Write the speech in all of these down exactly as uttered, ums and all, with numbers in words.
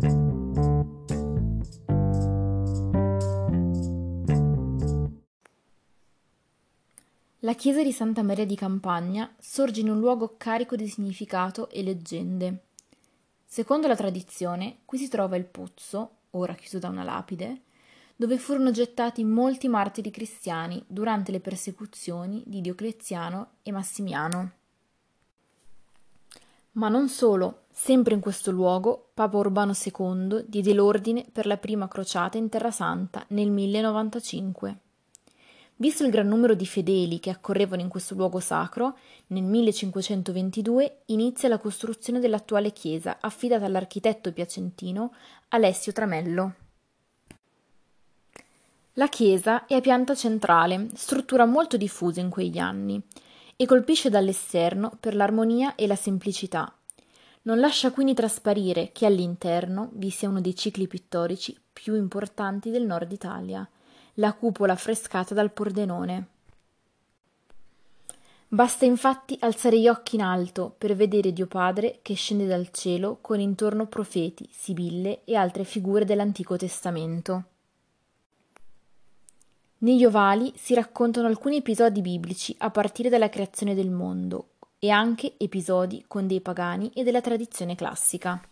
La chiesa di Santa Maria di Campagna sorge in un luogo carico di significato e leggende. Secondo la tradizione, qui si trova il pozzo, ora chiuso da una lapide, dove furono gettati molti martiri cristiani durante le persecuzioni di Diocleziano e Massimiano. Ma non solo, sempre in questo luogo, Papa Urbano secondo diede l'ordine per la prima crociata in Terra Santa nel mille novantacinque. Visto il gran numero di fedeli che accorrevano in questo luogo sacro, nel millecinquecentoventidue inizia la costruzione dell'attuale chiesa, affidata all'architetto piacentino Alessio Tramello. La chiesa è a pianta centrale, struttura molto diffusa in quegli anni, e colpisce dall'esterno per l'armonia e la semplicità. Non lascia quindi trasparire che all'interno vi sia uno dei cicli pittorici più importanti del nord Italia, la cupola affrescata dal Pordenone. Basta infatti alzare gli occhi in alto per vedere Dio Padre che scende dal cielo con intorno profeti, sibille e altre figure dell'Antico Testamento. Negli ovali si raccontano alcuni episodi biblici a partire dalla creazione del mondo e anche episodi con dei pagani e della tradizione classica.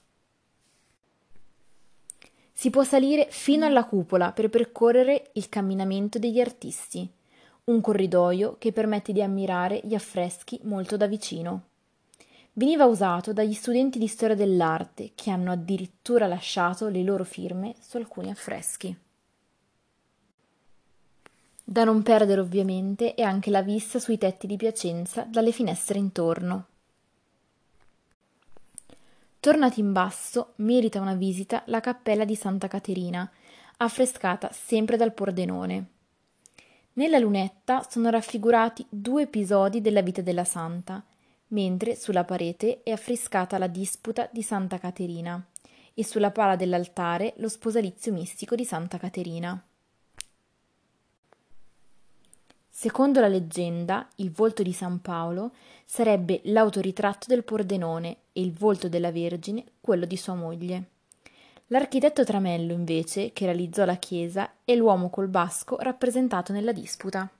Si può salire fino alla cupola per percorrere il camminamento degli artisti, un corridoio che permette di ammirare gli affreschi molto da vicino. Veniva usato dagli studenti di storia dell'arte che hanno addirittura lasciato le loro firme su alcuni affreschi. Da non perdere ovviamente è anche la vista sui tetti di Piacenza dalle finestre intorno. Tornati in basso, merita una visita la cappella di Santa Caterina, affrescata sempre dal Pordenone. Nella lunetta sono raffigurati due episodi della vita della santa, mentre sulla parete è affrescata la disputa di Santa Caterina e sulla pala dell'altare lo sposalizio mistico di Santa Caterina. Secondo la leggenda, il volto di San Paolo sarebbe l'autoritratto del Pordenone e il volto della Vergine quello di sua moglie. L'architetto Tramello, invece, che realizzò la chiesa, è l'uomo col basco rappresentato nella disputa.